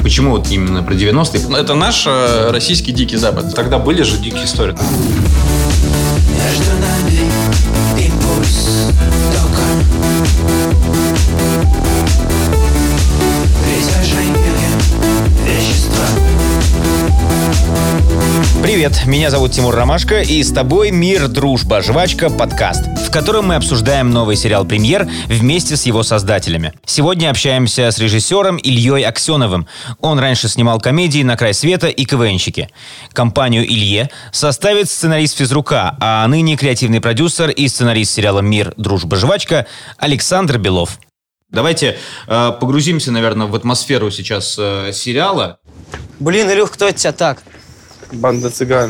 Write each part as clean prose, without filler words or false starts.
Почему вот именно про 90-е? Это наш российский Дикий Запад. Тогда были же дикие истории. Между нами импульс тока. Притяжение вещества. Привет, меня зовут Тимур Ромашко, и с тобой «Мир, дружба, жвачка» подкаст, в котором мы обсуждаем новый сериал «Премьер» вместе с его создателями. Сегодня общаемся с режиссером Ильей Аксеновым. Он раньше снимал комедии «На край света» и «КВНщики». Компанию Илье составит сценарист «Физрука», а ныне креативный продюсер и сценарист сериала «Мир, дружба, жвачка» Александр Белов. Давайте погрузимся, наверное, в атмосферу сейчас сериала. Блин, Илюх, кто это тебя так? Банда цыган.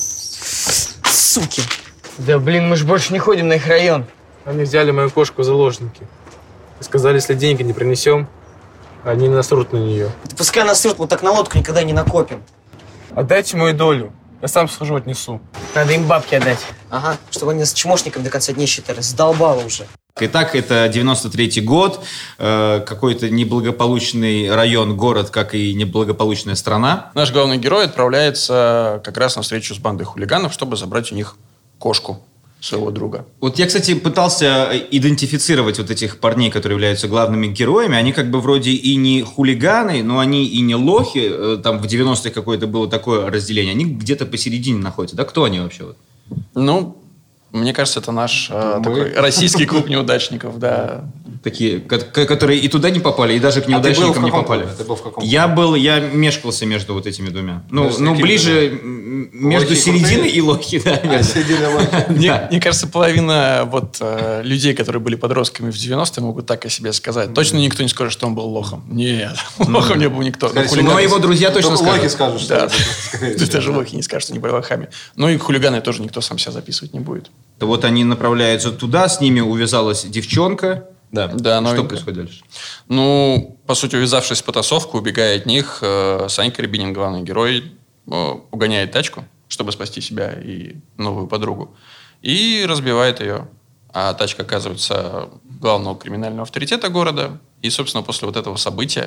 Суки. Да блин, мы ж больше не ходим на их район. Они взяли мою кошку в заложники. И сказали, если деньги не принесем, они насрут на нее. Да пускай насрут, мы так на лодку никогда не накопим. Отдайте мою долю. Я сам схожу, отнесу. Надо им бабки отдать. Ага, чтобы они с чмошником до конца дней считали. Задолбало уже. Итак, это 93-й год, какой-то неблагополучный район, город, как и неблагополучная страна. Наш главный герой отправляется как раз на встречу с бандой хулиганов, чтобы забрать у них кошку своего друга. Вот я, кстати, пытался идентифицировать вот этих парней, которые являются главными героями. Они как бы вроде и не хулиганы, но они и не лохи. Там в 90-х какое-то было такое разделение. Они где-то посередине находятся. Да кто они вообще? Ну, мне кажется, это наш такой российский клуб неудачников, да. Такие, которые и туда не попали, и даже к неудачникам не попали. Ты был в каком? Я мешкался между вот этими двумя. Ну ближе между Лохи серединой крутые? и лохи, да. Середина лохи. Мне кажется, половина людей, которые были подростками в 90-е, могут так о себе сказать. Точно никто не скажет, что он был лохом. Нет, лохом не был никто. Но его друзья точно Лохи скажут. скажут, что Да, это. даже лохи не скажут, что они были лохами. Ну и хулиганы тоже никто сам себя записывать не будет. Вот они направляются туда, с ними увязалась девчонка. Да, Да, что новенькая. происходит дальше? Ну, по сути, увязавшись в потасовку, убегая от них, Санька Рябинин, главный герой, угоняет тачку, чтобы спасти себя и новую подругу, и разбивает ее. А тачка оказывается главного криминального авторитета города. И, собственно, после вот этого события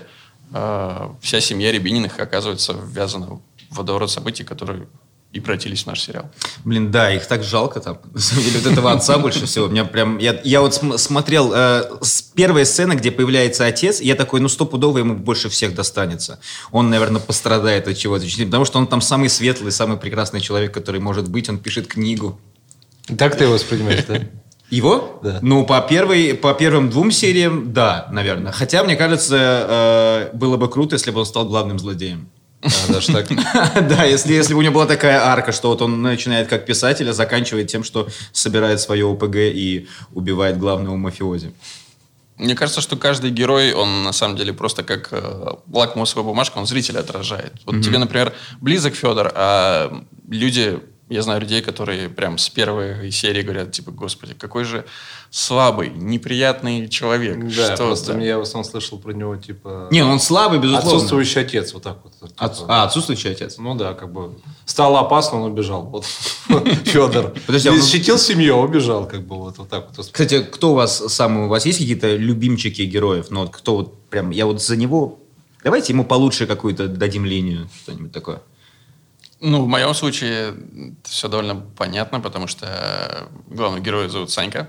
вся семья Рябининых оказывается ввязана в водоворот событий, которые и превратились в наш сериал. Блин, да, их так жалко там. На самом деле, вот этого отца больше всего. Меня прям... Я вот смотрел первая сцена, где появляется отец, и я такой, ну, стопудово ему больше всех достанется. Он, наверное, пострадает от чего-то. Потому что он там самый светлый, самый прекрасный человек, который может быть. Он пишет книгу. Так ты его воспринимаешь, да? Его? Да. Ну, по первым 2 сериям, да, наверное. Хотя, мне кажется, было бы круто, если бы он стал главным злодеем. Даже так. Да, если бы у него была такая арка, что вот он начинает как писатель, а заканчивает тем, что собирает свое ОПГ и убивает главного мафиози. Мне кажется, что каждый герой, он на самом деле просто как лакмусовая бумажка, он зрителя отражает. Вот тебе, например, близок Федор, а люди... Я знаю людей, которые прям с первой серии говорят, типа, господи, какой же слабый, неприятный человек. Да, Что просто это? я в основном слышал про него, типа... Не, он слабый, безусловно. Отсутствующий отец, вот так вот. Типа. Отсутствующий отец. Ну да, как бы стало опасно, он убежал. Вот Федор. Подожди, а защитил семью, убежал, как бы вот так вот. Кстати, кто у вас самый... У вас есть какие-то любимчики героев? Ну, вот кто вот прям... Я вот за него... Давайте ему получше какую-то дадим линию, что-нибудь такое. Ну, в моем случае все довольно понятно, потому что главный герой зовут Санька.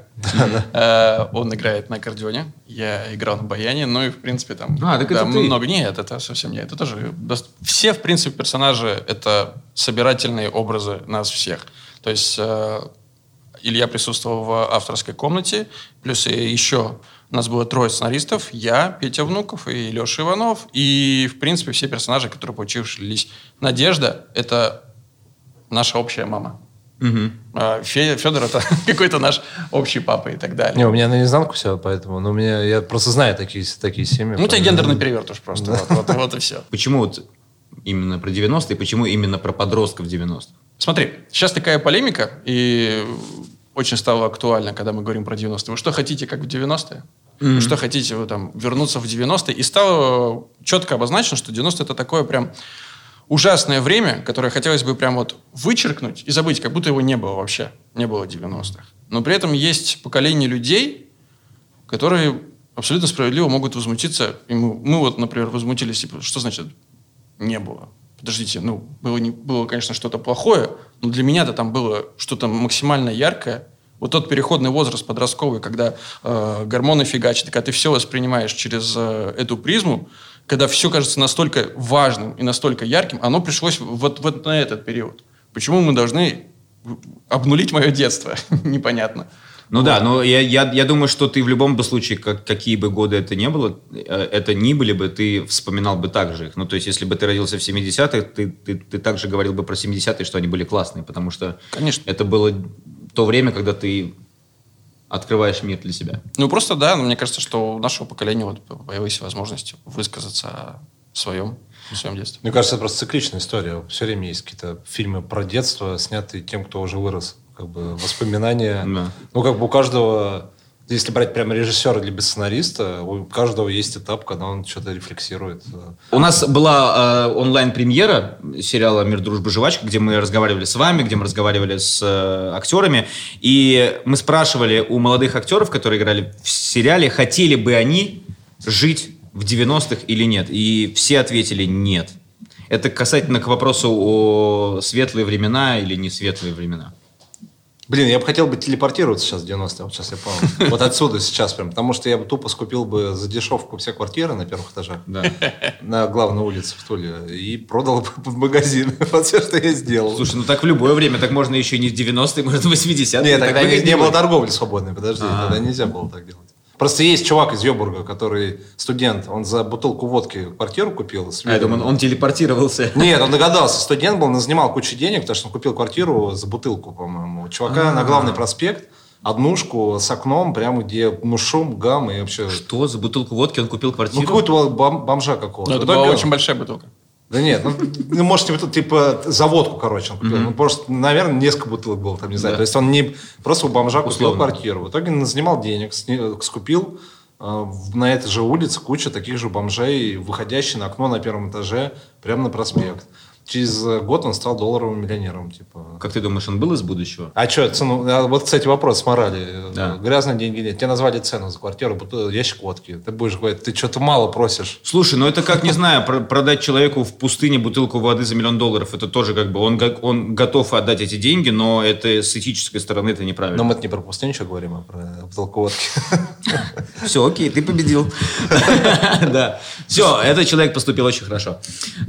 Он играет на аккордеоне. Я играл на баяне. Ну и, в принципе, там... так это ты. много. Нет, это совсем не. Это тоже... Все, в принципе, персонажи — это собирательные образы нас всех. То есть Илья присутствовал в авторской комнате, плюс и еще... У нас было 3 сценаристов, я, Петя Внуков и Леша Иванов. И, в принципе, все персонажи, которые получились. Надежда — это наша общая мама. Федор — это какой-то наш общий папа и так далее. Не, у меня наизнанку все, поэтому... Ну, я просто знаю такие семьи. Ну, у тебя гендерный переверт уж просто. Вот и все. Почему вот именно про 90-е, почему именно про подростков 90-х? Смотри, сейчас такая полемика, и очень стало актуально, когда мы говорим про 90-е. Вы что хотите, как в 90-е? Вы что хотите, вы там вернуться в 90-е? И стало четко обозначено, что 90-е это такое прям ужасное время, которое хотелось бы прям вот вычеркнуть и забыть, как будто его не было вообще. Не было 90-х. Но при этом есть поколение людей, которые абсолютно справедливо могут возмутиться. И мы вот, например, возмутились, типа, что значит не было. Подождите, было, конечно, что-то плохое, но для меня-то там было что-то максимально яркое. Вот тот переходный возраст подростковый, когда гормоны фигачат, когда ты все воспринимаешь через эту призму, когда все кажется настолько важным и настолько ярким, оно пришлось вот на этот период. Почему мы должны обнулить мое детство? Непонятно. Ну да, но я думаю, что ты в любом бы случае, какие бы годы это ни были бы, ты вспоминал бы так же их. Ну, то есть, если бы ты родился в 70-х, ты также говорил бы про 70-е, что они были классные, потому что Конечно. это было то время, когда ты открываешь мир для себя. Ну, просто, да, мне кажется, что у нашего поколения вот появилась возможность высказаться о своем детстве. Мне кажется, это просто цикличная история. Все время есть какие-то фильмы про детство, снятые тем, кто уже вырос. Как бы воспоминания. Да. Ну, как бы у каждого, если брать прямо режиссера либо сценариста, у каждого есть этап, когда он что-то рефлексирует. У нас была онлайн-премьера сериала «Мир, дружба, жвачка», где мы разговаривали с вами, где мы разговаривали с актерами. И мы спрашивали у молодых актеров, которые играли в сериале, хотели бы они жить в 90-х или нет. И все ответили «нет». Это касательно к вопросу о светлые времена или не светлые времена. Блин, я бы хотел бы телепортироваться сейчас в 90-е, вот сейчас я понял. Вот отсюда сейчас прям, потому что я бы тупо скупил бы за дешевку все квартиры на первых этажах, на главной улице в Туле, и продал бы в магазин. Вот все, что я сделал. Слушай, ну так в любое время, так можно еще не в 90-е, можно в 80-е. Нет, тогда не было торговли свободной, подожди, тогда нельзя было так делать. Просто есть чувак из Йобурга, который студент, он за бутылку водки квартиру купил. Я думаю, он телепортировался. Нет, он догадался. Студент был, назнимал кучу денег, потому что он купил квартиру за бутылку, по-моему. Чувака на главный проспект, однушку с окном, прямо где шум, гам и вообще... Что? За бутылку водки он купил квартиру? Ну, какого-то бомжа какого-то. Но это была очень большая бутылка. Да нет, может, типа за водку, короче, он купил. Ну, просто, наверное, несколько бутылок было, там, не знаю. Да. То есть он не просто у бомжа купил Условно. квартиру. В итоге он занимал денег, скупил на этой же улице куча таких же бомжей, выходящих на окно на первом этаже, прямо на проспект. Через год он стал долларовым миллионером. Типа. Как ты думаешь, он был из будущего? А что, цену? Вот, кстати, вопрос с морали. Да. Грязные деньги нет. Тебе назвали цену за квартиру, ящик водки. Ты будешь говорить, ты что-то мало просишь. Слушай, ну это как, не знаю, продать человеку в пустыне бутылку воды за $1 миллион. Это тоже как бы, он готов отдать эти деньги, но это с этической стороны это неправильно. Но мы не про пустыню еще говорим, а про бутылку водки. Все, окей, ты победил. Да. Все, этот человек поступил очень хорошо.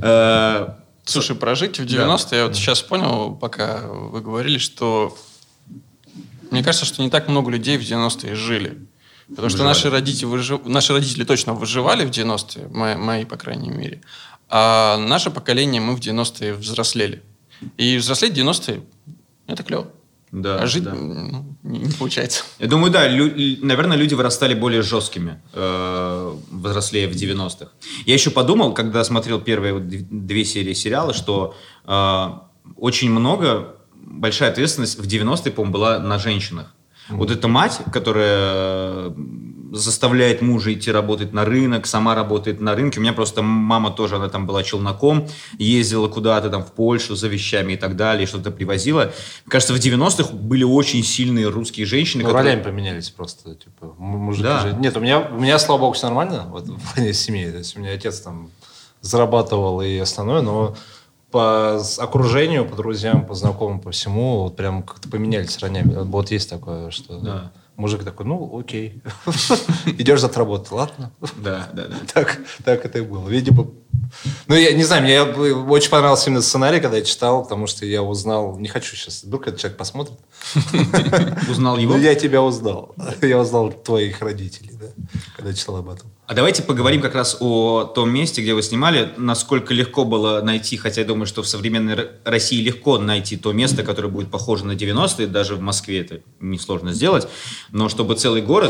Слушай, прожить в 90-е, я вот сейчас понял, пока вы говорили, что мне кажется, что не так много людей в 90-е жили. Потому что наши родители точно выживали в 90-е, мои, по крайней мере. А наше поколение, мы в 90-е взрослели. И взрослеть в 90-е – это клево. Да, а жить да. Не получается. Я думаю, да, наверное, люди вырастали более жесткими, взрослее в 90-х. Я еще подумал, когда смотрел первые 2 серии сериала, что очень большая ответственность в 90-е, по-моему, была на женщинах. Вот эта мать, которая заставляет мужа идти работать на рынок, сама работает на рынке. У меня просто мама тоже, она там была челноком, ездила куда-то там в Польшу за вещами и так далее, что-то привозила. Мне кажется, в 90-х были очень сильные русские женщины. Ну, ролями поменялись просто, типа, мужики да. же... Нет, у меня, слава богу, все нормально, вот, в плане семьи. То есть у меня отец там зарабатывал и основное, но по окружению, по друзьям, по знакомым, по всему, вот прям как-то поменялись ролями. Вот есть такое, что... Да. Мужик такой, ну, окей. Идешь завтра работать, ладно? Да. Так это и было. Видимо, ну, я не знаю, мне очень понравился именно сценарий, когда я читал, потому что я узнал, не хочу сейчас, вдруг этот человек посмотрит. Узнал его? Ну, я тебя узнал. Я узнал твоих родителей, да, когда читал об этом. А давайте поговорим как раз о том месте, где вы снимали. Насколько легко было найти, хотя я думаю, что в современной России легко найти то место, которое будет похоже на 90-е, даже в Москве это несложно сделать, но чтобы целый город...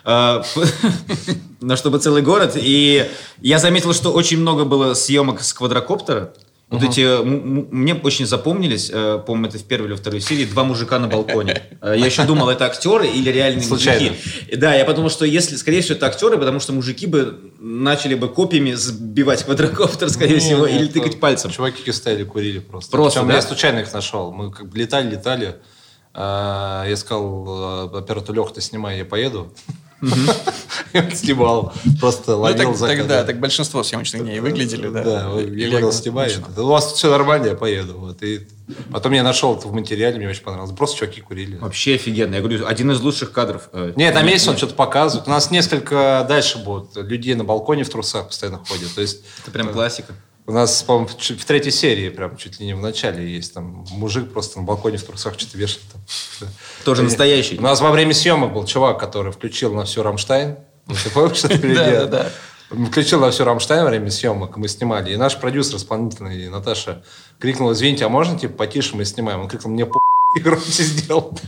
И я заметил, что очень много было съемок с квадрокоптера. Вот эти, мне очень запомнились, по-моему, это в первой или второй серии, 2 мужика на балконе. Я еще думал, это актеры или реальные случайно мужики. Да, я подумал, что скорее всего, это актеры, потому что мужики бы начали бы копьями сбивать квадрокоптер, скорее всего, или тыкать пальцем. Чуваки стояли, курили просто. Просто, причем да? я случайно их нашел. Мы как бы летали. Я сказал оператору: Лех, ты снимай, я поеду. он снимал. Просто ловил заказы. Да, так большинство съемочных дней выглядели, да. Да, я говорил, снимай. У вас все нормально, я поеду. Вот. И потом я нашел это в материале, мне очень понравилось. Просто чуваки курили. Вообще офигенно. Я говорю, один из лучших кадров. Нет, там есть, он что-то показывает. У нас несколько дальше будут людей на балконе в трусах постоянно ходят. То есть, Это прям классика. у нас, по-моему, в третьей серии, прям чуть ли не в начале есть, там мужик просто на балконе в трусах что-то вешает. Там. Тоже настоящий. У нас во время съемок был чувак, который включил на всю «Рамштайн». Ты помнишь, что это? Да. Включил на всю «Рамштайн» во время съемок, мы снимали. И наш продюсер исполнительный, Наташа, крикнула: извините, а можно типа потише мы снимаем? Он крикнул: мне и громче сделал.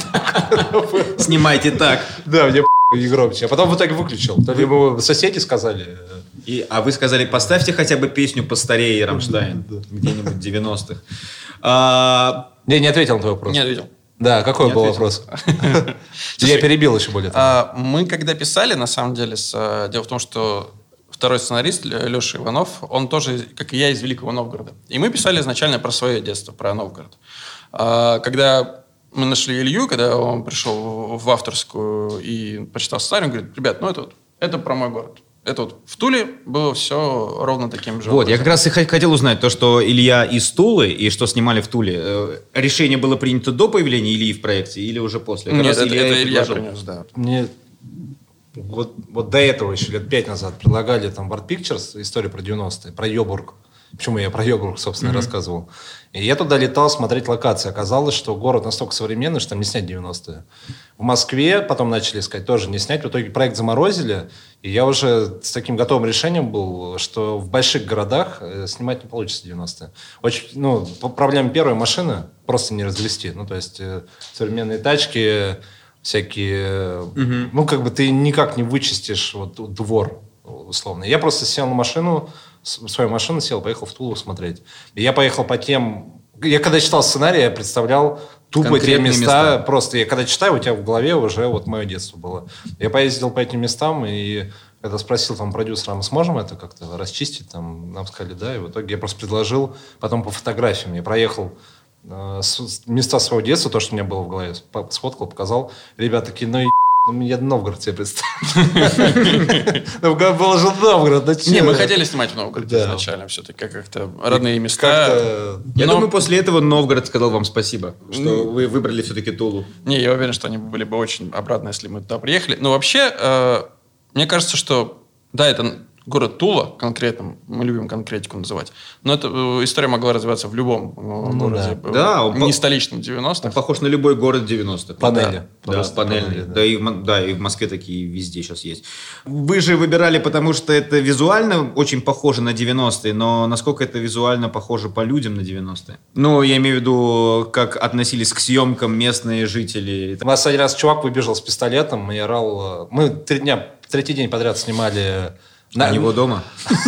Снимайте так. Да, мне и громче. А потом в итоге выключил. То ли ему соседи сказали. А вы сказали, поставьте хотя бы песню постарее Рамштайн. Где-нибудь 90-х. Не ответил на твой вопрос. Не ответил. Да, какой был вопрос? Я перебил еще более того. Мы когда писали, на самом деле, дело в том, что второй сценарист, Леша Иванов, он тоже, как и я, из Великого Новгорода. И мы писали изначально про свое детство, про Новгород. Когда мы нашли Илью, когда он пришел в авторскую и почитал сценарий, он говорит: ребят, это про мой город. Это вот в Туле было все ровно таким же. Вот, я как раз и хотел узнать то, что Илья из Тулы и что снимали в Туле. Решение было принято до появления Ильи в проекте или уже после? Нет, это Илья принес, да. Мне вот до этого еще лет 5 назад предлагали там World Pictures, историю про 90-е, про Йобург. Почему я про Йобург, собственно, рассказывал. И я туда летал смотреть локации. Оказалось, что город настолько современный, что там не снять 90-е. В Москве потом начали искать, тоже не снять. В итоге проект заморозили. И я уже с таким готовым решением был, что в больших городах снимать не получится 90-е. Очень, проблема первой машины просто не развести. То есть современные тачки, всякие... ты никак не вычистишь двор, условно. Я просто сел на машину, свою машину сел, поехал в Тулу смотреть. И я поехал по тем... Я когда читал сценарий, я представлял тупо те места. Просто я когда читаю, у тебя в голове уже мое детство было. Я поездил по этим местам, и когда спросил там продюсера: мы сможем это как-то расчистить? Там, нам сказали да, и в итоге я просто предложил. Потом по фотографиям я проехал места своего детства, то, что у меня было в голове, сфоткал, показал. Ребята такие: я Новгород себе представил. Был же Новгород. Не, мы хотели снимать в Новгороде изначально все-таки, как-то родные места. Я думаю, после этого Новгород сказал вам спасибо, что вы выбрали все-таки Тулу. Не, я уверен, что они были бы очень обрадованы, если мы туда приехали. Но вообще, мне кажется, что да, это город Тула конкретно, мы любим конкретику называть, но эта история могла развиваться в любом городе. Да, не столичном 90-х. Он похож на любой город 90-х. Панели. Да, панельные. Да, и в Москве такие везде сейчас есть. Вы же выбирали, потому что это визуально очень похоже на 90-е, но насколько это визуально похоже по людям на 90-е? Я имею в виду, как относились к съемкам местные жители. У нас один раз чувак выбежал с пистолетом и орал. Мы третий день подряд снимали... У него дома?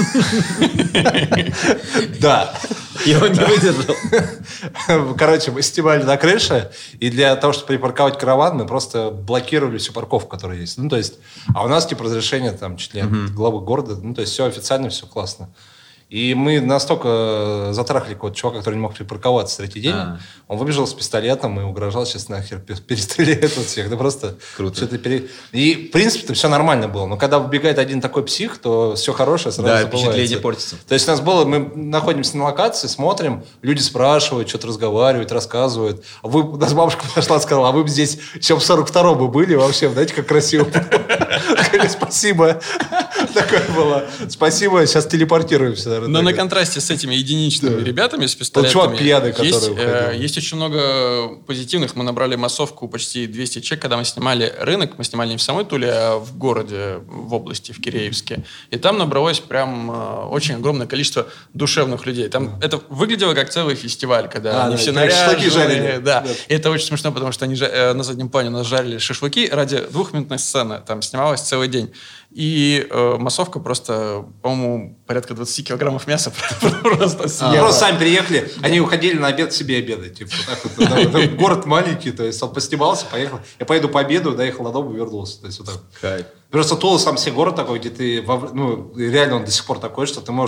Да. И он не выдержал. Короче, мы снимали на крыше, и для того, чтобы припарковать караван, мы просто блокировали всю парковку, которая есть. А у нас разрешение там чуть ли от главы города, то есть все официально, все классно. И мы настолько затрахали какого-то чувака, который не мог припарковаться третий день. Он выбежал с пистолетом и угрожал: сейчас нахер перестреляет от всех. Да просто круто. И, в принципе, все нормально было. Но когда выбегает один такой псих, то все хорошее сразу забывается. Впечатление портится. То есть у нас было, мы находимся на локации, смотрим, люди спрашивают, что-то разговаривают, рассказывают. У нас бабушка подошла и сказала: а вы бы здесь еще в 42-м бы были вообще, знаете, как красиво было. Спасибо. Такое было. Спасибо, сейчас телепортируемся. Но на контрасте с этими единичными ребятами с пистолетами чувак пьяный, который есть очень много позитивных. Мы набрали массовку почти 200 человек, когда мы снимали рынок. Мы снимали не в самой Туле, а в городе, в области, в Киреевске. И там набралось прям очень огромное количество душевных людей. Там это выглядело как целый фестиваль, когда они все наряженные. Да. И это очень смешно, потому что они на заднем плане у нас жарили шашлыки ради 2-минутной сцены. Там снималось целый день. И массовка просто, по-моему, порядка 20 килограммов мяса просто съела. Просто сами приехали, они уходили на обед себе обедать. Город маленький, то есть он поснимался, поехал. Я поеду по обеду, доехал до дома и вернулся. То есть вот так. Просто Тула сам себе город такой, где ты... реально он до сих пор такой, что ты можешь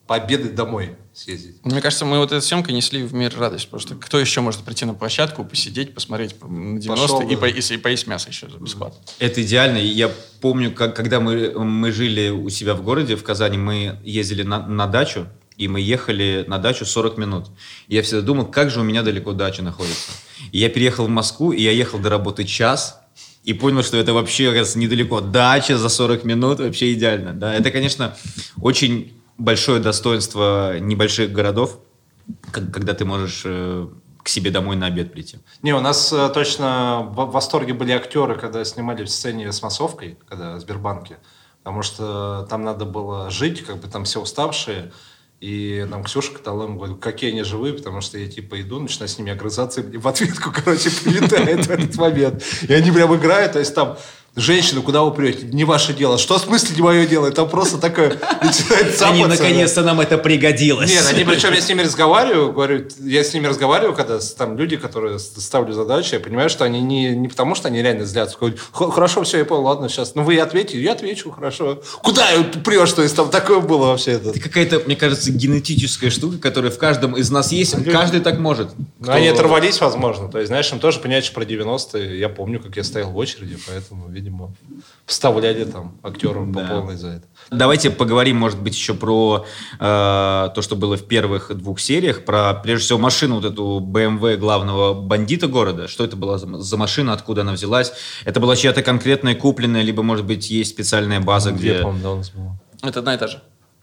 пообедать домой съездить. Мне кажется, мы вот этой съемкой несли в мир радость. Просто кто еще может прийти на площадку, посидеть, посмотреть на 90 и поесть мясо еще бесплатно. Это идеально. Я помню, когда мы жили у себя в городе, в Казани, мы ездили на дачу, и мы ехали на дачу 40 минут. И я всегда думал, как же у меня далеко дача находится. И я переехал в Москву, и я ехал до работы час, и понял, что это вообще, оказывается, недалеко. Дача за 40 минут вообще идеально. Да, это, конечно, очень большое достоинство небольших городов, когда ты можешь к себе домой на обед прийти. Не, у нас точно в восторге были актеры, когда снимали в сцене с массовкой, когда в Сбербанке, потому что там надо было жить, как бы там все уставшие. И нам Ксюша Каталым говорит, какие они живые, потому что я типа иду, начинаю с ними огрызаться, и мне в ответку, короче, прилетает в этот момент. И они прям играют, то есть там женщина, куда вы прете? Не ваше дело. Что в смысле не мое дело? Там просто такое начинает цапаться. Они наконец-то нам это пригодилось. Нет, они, причем я с ними разговариваю, когда там люди, которые ставлю задачи, я понимаю, что они не потому, что они реально злятся. Говорят, хорошо, все, я понял, ладно, сейчас. Ну, вы ответите, я отвечу, хорошо. Куда ты прешь? То есть там такое было вообще. Это какая-то, мне кажется, генетическая штука, которая в каждом из нас есть. Каждый так может. Ну, они оторвались, возможно. То есть, знаешь, им тоже понять, что про 90-е. Я помню, как я стоял в очереди, поэтому, видимо, вставляли там актерам по полной за это. Давайте поговорим, может быть, еще про то, что было в первых 2 сериях, про, прежде всего, машину, вот эту BMW главного бандита города. Что это была за машина, откуда она взялась? Это была чья-то конкретная купленная, либо, может быть, есть специальная база, где... Я помню, да, у нас было. Это одна и та же.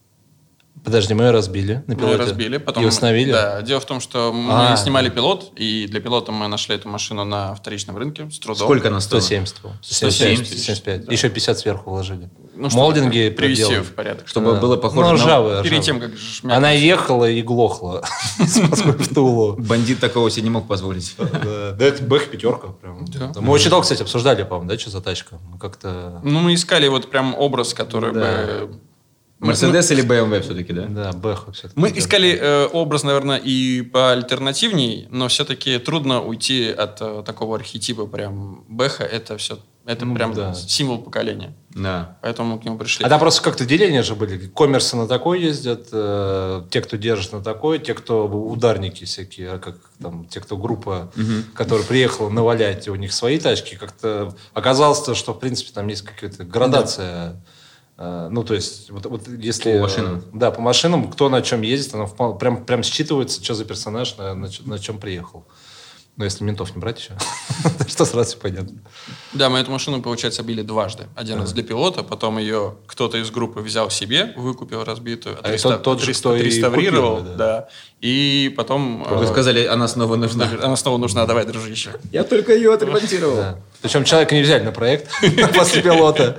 Подожди, мы ее разбили на пилоте? Мы ее разбили, потом... И установили? Да, дело в том, что мы снимали пилот, и для пилота мы нашли эту машину на вторичном рынке с трудом. Сколько она стоила? 170 было. 175. Да. Еще 50 сверху вложили. Ну, молдинги привести в порядок. Чтобы было похоже на... ржавая. Перед тем, как... Она ехала и глохла из Москвы в Тулу. Бандит такого себе не мог позволить. Да, это Бэх-5 прям. Мы очень долго, кстати, обсуждали, по-моему, да, что за тачка? Мы как-то... Ну, мы искали вот прям образ, который бы... Мерседес или BMW все-таки, да? Да, Бэха все-таки. Мы искали образ, наверное, и поальтернативней, но все-таки трудно уйти от такого архетипа прям Бэха. Это все, это прям символ поколения. Да. Поэтому мы к нему пришли. А там просто как-то деления же были. Коммерсы на такой ездят, те, кто держит на такой, те, кто ударники всякие, как там, те, кто группа, которая приехала навалять, у них свои тачки. Как-то оказалось, что, в принципе, там есть какая-то градация. Да. Ну, то есть, вот если... По машинам. Да, по машинам, кто на чем ездит, оно прям считывается, что за персонаж на чем приехал. Но если ментов не брать еще, что сразу понятно. Да, мы эту машину, получается, били дважды. Один раз для пилота, потом ее кто-то из группы взял себе, выкупил разбитую, отреставрировал, да. И потом... Вы сказали, она снова нужна. Она снова нужна, давай, дружище. Я только ее отремонтировал. Причем человека не взяли на проект после пилота.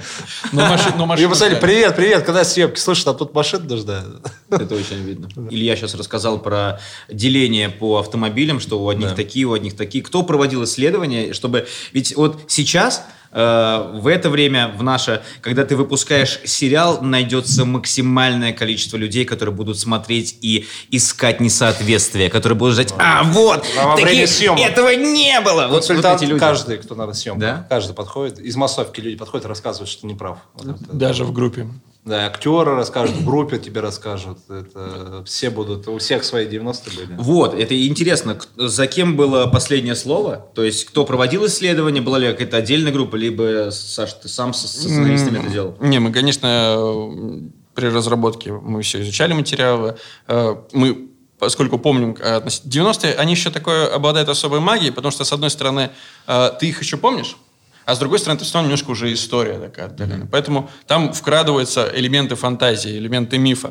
И посмотрели, привет, когда съемки? Слушай, там тут машина нужна. Это очень видно. Илья сейчас рассказал про деление по автомобилям, что у одних такие, у одних такие. Кто проводил исследования, чтобы... Ведь вот сейчас... в это время, в наше, когда ты выпускаешь сериал, найдется максимальное количество людей, которые будут смотреть и искать несоответствия, которые будут ждать, этого не было. Консультант каждый, кто надо съемку. Да? Каждый подходит. Из массовки люди подходят и рассказывают, что не прав. Даже в группе. Да, актеры расскажут, в группе тебе расскажут. Это все будут, у всех свои 90-е были. Вот, это интересно. За кем было последнее слово? То есть, кто проводил исследование? Была ли какая-то отдельная группа? Либо, Саш, ты сам со сценаристами это делал? Не, мы, конечно, при разработке мы все изучали материалы. Мы, поскольку помним, 90-е, они еще такое обладают особой магией, потому что, с одной стороны, ты их еще помнишь, а с другой стороны, это все равно немножко уже история такая. Поэтому там вкрадываются элементы фантазии, элементы мифа.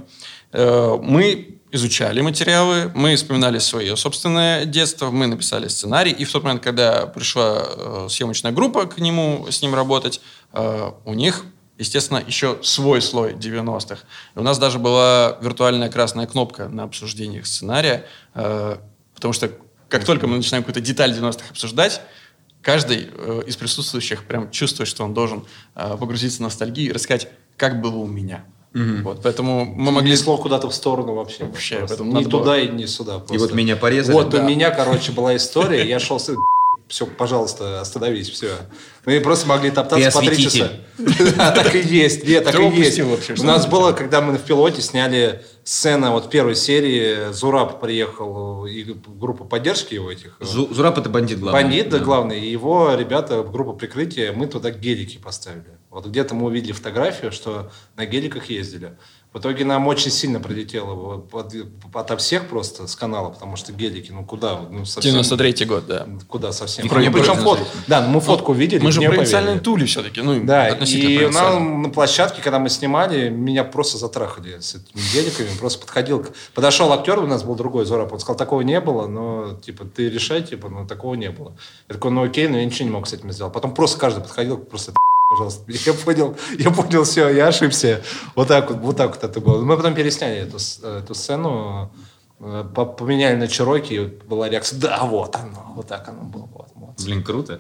Мы изучали материалы, мы вспоминали свое собственное детство, мы написали сценарий. И в тот момент, когда пришла съемочная группа к нему, с ним работать, у них, естественно, еще свой слой 90-х. И у нас даже была виртуальная красная кнопка на обсуждениях сценария, потому что как только мы начинаем какую-то деталь 90-х обсуждать, каждый из присутствующих прям чувствует, что он должен погрузиться в ностальгию и рассказать, как было у меня. Вот, поэтому мы могли... Несло куда-то в сторону вообще. Ни туда и ни сюда. И вот меня порезали. Вот у меня, короче, была история. Я шел... Все, пожалуйста, остановись, все. Мы просто могли топтаться по 3 часа. Так и есть. Нет, так и есть. У нас было, когда мы в пилоте сняли сцена вот в первой серии, Зураб приехал, и группа поддержки его этих. Зураб — это бандит главный. Бандит, да, главный. И его ребята, группа прикрытия, мы туда гелики поставили. Вот где-то мы увидели фотографию, что на геликах ездили. В итоге нам очень сильно прилетело ото всех просто с канала, потому что гелики, ну куда? Ну, совсем, 93-й год, да. Куда совсем? Ну, причем фотку. Да, мы фотку видели. Мы же в провинциальной Туле все-таки. Ну, да, и нам на площадке, когда мы снимали, меня просто затрахали с этими геликами. Просто подошел актер, у нас был другой Зураб, он сказал, такого не было, но типа ты решай, типа, но такого не было. Я такой, ну окей, но я ничего не мог с этим сделать. Потом просто каждый подходил, просто пожалуйста. Я понял, все, я ошибся. Вот так вот это было. Мы потом пересняли эту сцену, поменяли на Чироки, и была реакция, да, вот оно, вот так оно было. Вот. Блин, круто.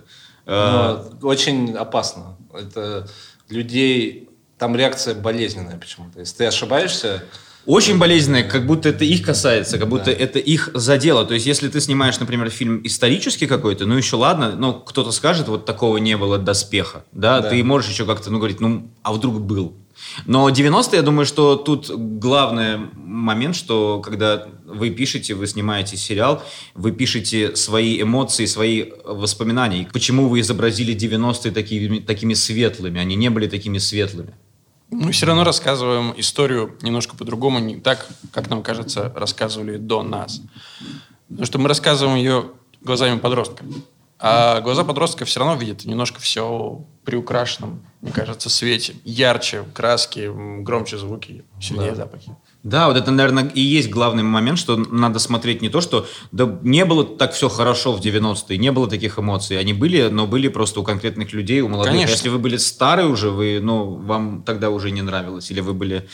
Но очень опасно. Это людей, там реакция болезненная почему-то. Если ты ошибаешься... Очень болезненная, как будто это их касается, как будто это их задело. То есть, если ты снимаешь, например, фильм исторический какой-то, ну еще ладно, но кто-то скажет, вот такого не было «Доспеха», да, ты можешь еще как-то, говорить, а вдруг был. Но 90-е, я думаю, что тут главный момент, что когда вы пишете, вы снимаете сериал, вы пишете свои эмоции, свои воспоминания. Почему вы изобразили 90-е такими светлыми, они не были такими светлыми? Мы все равно рассказываем историю немножко по-другому, не так, как нам кажется, рассказывали до нас. Потому что мы рассказываем ее глазами подростка. А глаза подростка все равно видят немножко все в приукрашенном, мне кажется, свете. Ярче, краски, громче звуки, сильнее запахи. Да, вот это, наверное, и есть главный момент, что надо смотреть не то, что да, не было так все хорошо в 90-е, не было таких эмоций. Они были, но были просто у конкретных людей, у молодых. Конечно. Если вы были старые уже, вам тогда уже не нравилось, или вы были...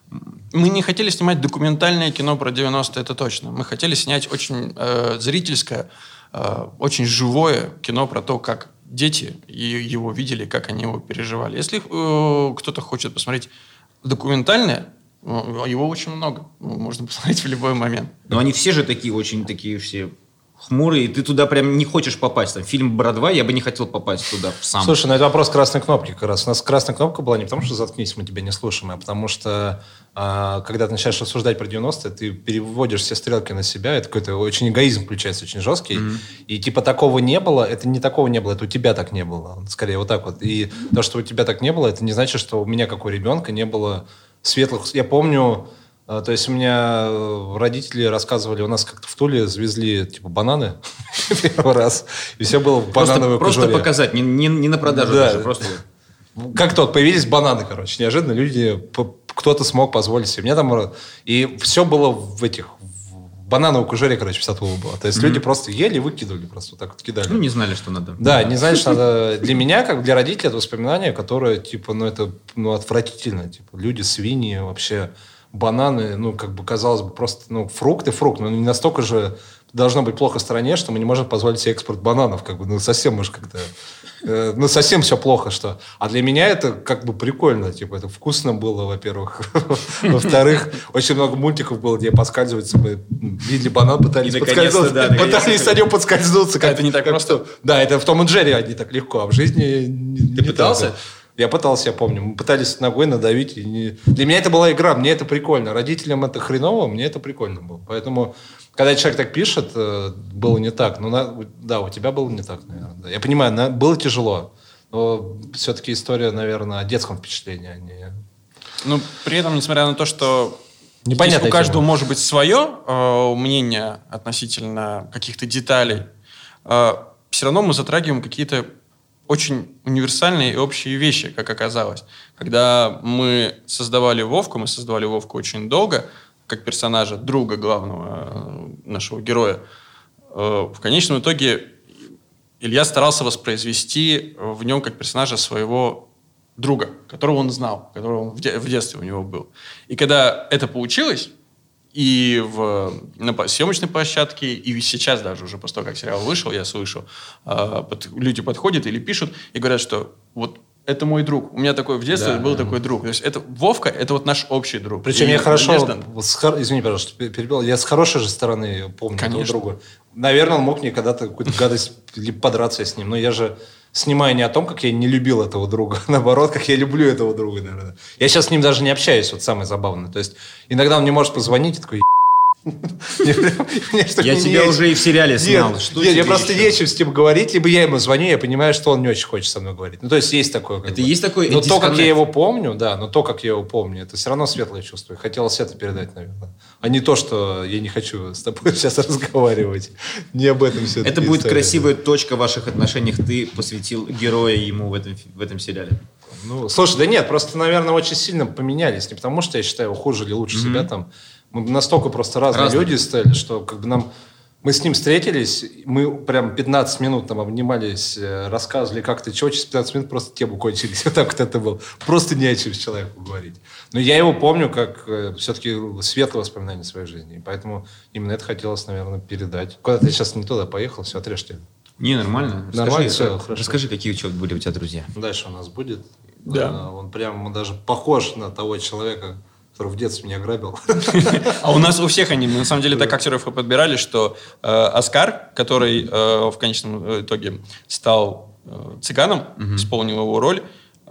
Мы не хотели снимать документальное кино про 90-е, это точно. Мы хотели снять очень зрительское, очень живое кино про то, как дети его видели, как они его переживали. Если кто-то хочет посмотреть документальное, его очень много. Можно посмотреть в любой момент. Но они все же очень такие все хмурые, и ты туда прям не хочешь попасть. Там фильм «Брат-2», я бы не хотел попасть туда сам. Слушай, это вопрос красной кнопки как раз. У нас красная кнопка была не потому, что «заткнись, мы тебя не слушаем», а потому что, когда ты начинаешь рассуждать про 90-е, ты переводишь все стрелки на себя, это какой-то очень эгоизм включается, очень жесткий. И типа такого не было, это не такого не было, это у тебя так не было. Скорее вот так вот. И то, что у тебя так не было, это не значит, что у меня, как у ребенка, не было светлых... Я помню... То есть у меня родители рассказывали, у нас как-то в Туле завезли типа бананы первый раз, и все было в банановой кожуре. Просто показать, не на продажу даже, просто... Как-то вот появились бананы, короче, неожиданно люди, кто-то смог позволить себе. Мне там... И все было в банановой кожуре, короче, вся Тула была. То есть люди просто ели и выкидывали, просто вот так вот кидали. Ну, не знали, что надо. Да, не знали, что надо. Для меня, как для родителей, это воспоминание, которое, типа, это отвратительно. Типа, люди, свиньи, вообще... Бананы, казалось бы, просто, фрукт, но не настолько же должно быть плохо в стране, что мы не можем позволить себе экспорт бананов, совсем уж как-то, совсем все плохо, что. А для меня это прикольно, типа, это вкусно было, во-первых. Во-вторых, очень много мультиков было, где поскальзываться, мы видели банан, пытались подскользнуться. Пытались на нем подскользнуться. Это не так просто? Да, это в Том и Джерри они так легко, а в жизни... Ты пытался? Я пытался, я помню. Мы пытались ногой надавить. Для меня это была игра, мне это прикольно. Родителям это хреново, мне это прикольно было. Поэтому, когда человек так пишет, было не так. Да, у тебя было не так, наверное. Да. Я понимаю, было тяжело. Но все-таки история, наверное, о детском впечатлении, а не... При этом, несмотря на то, что непонятно, у каждого может быть свое мнение относительно каких-то деталей, все равно мы затрагиваем какие-то очень универсальные и общие вещи, как оказалось. Когда мы создавали Вовку очень долго, как персонажа, друга главного нашего героя. В конечном итоге Илья старался воспроизвести в нем как персонажа своего друга, которого он знал, которого он в детстве у него был. И когда это получилось, и на съемочной площадке, и сейчас даже уже после того, как сериал вышел, я слышал, люди подходят или пишут и говорят, что вот это мой друг. У меня такой в детстве был такой друг. То есть это Вовка, это вот наш общий друг. Причем я хорошо, извини, пожалуйста, перебил, я с хорошей же стороны помню этого друга. Наверное, он мог мне когда-то какую-то гадость или подраться с ним, но я же снимаю не о том, как я не любил этого друга, а наоборот, как я люблю этого друга, наверное. Я сейчас с ним даже не общаюсь, вот самое забавное. То есть иногда он мне может позвонить и такой, Я тебя уже и в сериале снял. Нет, я просто нечем с ним говорить, либо я ему звоню, я понимаю, что он не очень хочет со мной говорить. Ну, то есть есть такое. Это есть такой но то, как я его помню, это все равно светлое чувство. Хотелось это передать, наверное. А не то, что я не хочу с тобой сейчас разговаривать. Не об этом все. Это будет красивая точка в ваших отношениях. Ты посвятил героя ему в этом сериале. Ну, слушай, да нет, просто, наверное, очень сильно поменялись. Не потому, что я считаю его хуже или лучше себя там. Мы настолько просто разные люди стали, что как бы мы с ним встретились, мы прям 15 минут там обнимались, рассказывали, как ты, чего, через 15 минут просто тему кончились. Вот так вот это было. Просто не о чем с человеком говорить. Но я его помню как все-таки светлое воспоминание своей жизни. И поэтому именно это хотелось, наверное, передать. Куда ты сейчас не туда поехал, все, отрежьте. Не, нормально. Нормально, все, хорошо. Расскажи, какие были у тебя друзья. Дальше у нас будет. Да. Он прям даже похож на того человека, который в детстве меня грабил. А у нас у всех они, мы на самом деле так актеров и подбирали, что Оскар, который в конечном итоге стал цыганом, исполнил его роль,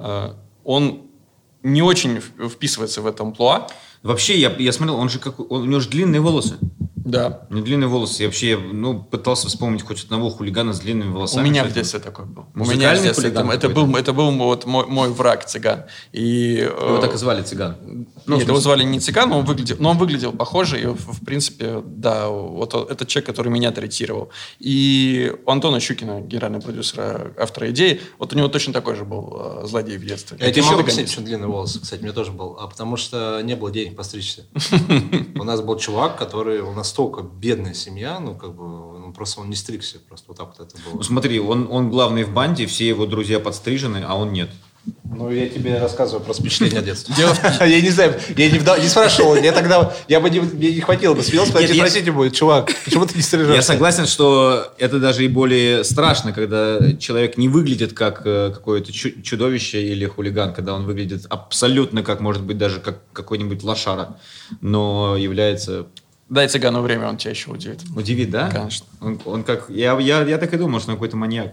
он не очень вписывается в это амплуа. Вообще, я смотрел, у него же длинные волосы. Да. У него длинные волосы. Я вообще, пытался вспомнить хоть одного хулигана с длинными волосами. У меня в детстве такой был. Музыкальный хулиган это был вот мой враг, цыган. Его так и звали цыган. Нет, его звали не цыган, но он выглядел похоже. И, в принципе, да, вот этот человек, который меня третировал. И у Антона Щукина, генерального продюсера, автора идеи, вот у него точно такой же был злодей в детстве. Я тебе могу объяснить, почему длинные волосы, кстати, мне тоже был. Потому что не было денег постричься. У нас был чувак, который... У нас настолько бедная семья, просто он не стригся, просто вот так вот это было. Ну смотри, он главный в банде, все его друзья подстрижены, а он нет. Ну, я тебе рассказываю про впечатление детства. Я не знаю, я не спрашивал, мне не хватило бы смелости, спросите будет, чувак, почему ты не стрижешься? Я согласен, что это даже и более страшно, когда человек не выглядит как какое-то чудовище или хулиган, когда он выглядит абсолютно как, может быть, даже как какой-нибудь лошара, но является... Дай цыгану время, он тебя еще удивит. Удивит, да? Конечно. Он как... Я так и думал, что он какой-то маньяк.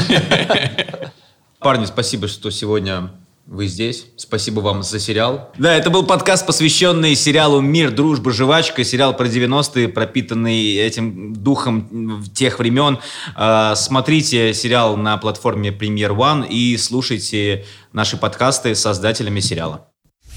Парни, спасибо, что сегодня вы здесь. Спасибо вам за сериал. Да, это был подкаст, посвященный сериалу «Мир, дружба, жвачка». Сериал про 90-е, пропитанный этим духом тех времен. Смотрите сериал на платформе Premier One и слушайте наши подкасты с создателями сериала.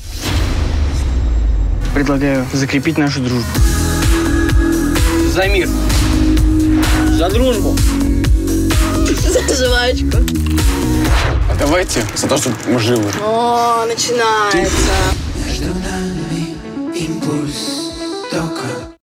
Предлагаю закрепить нашу дружбу. За мир. За дружбу. За жвачку. А давайте за то, чтобы мы живы. О, начинается. Между нами импульс тока.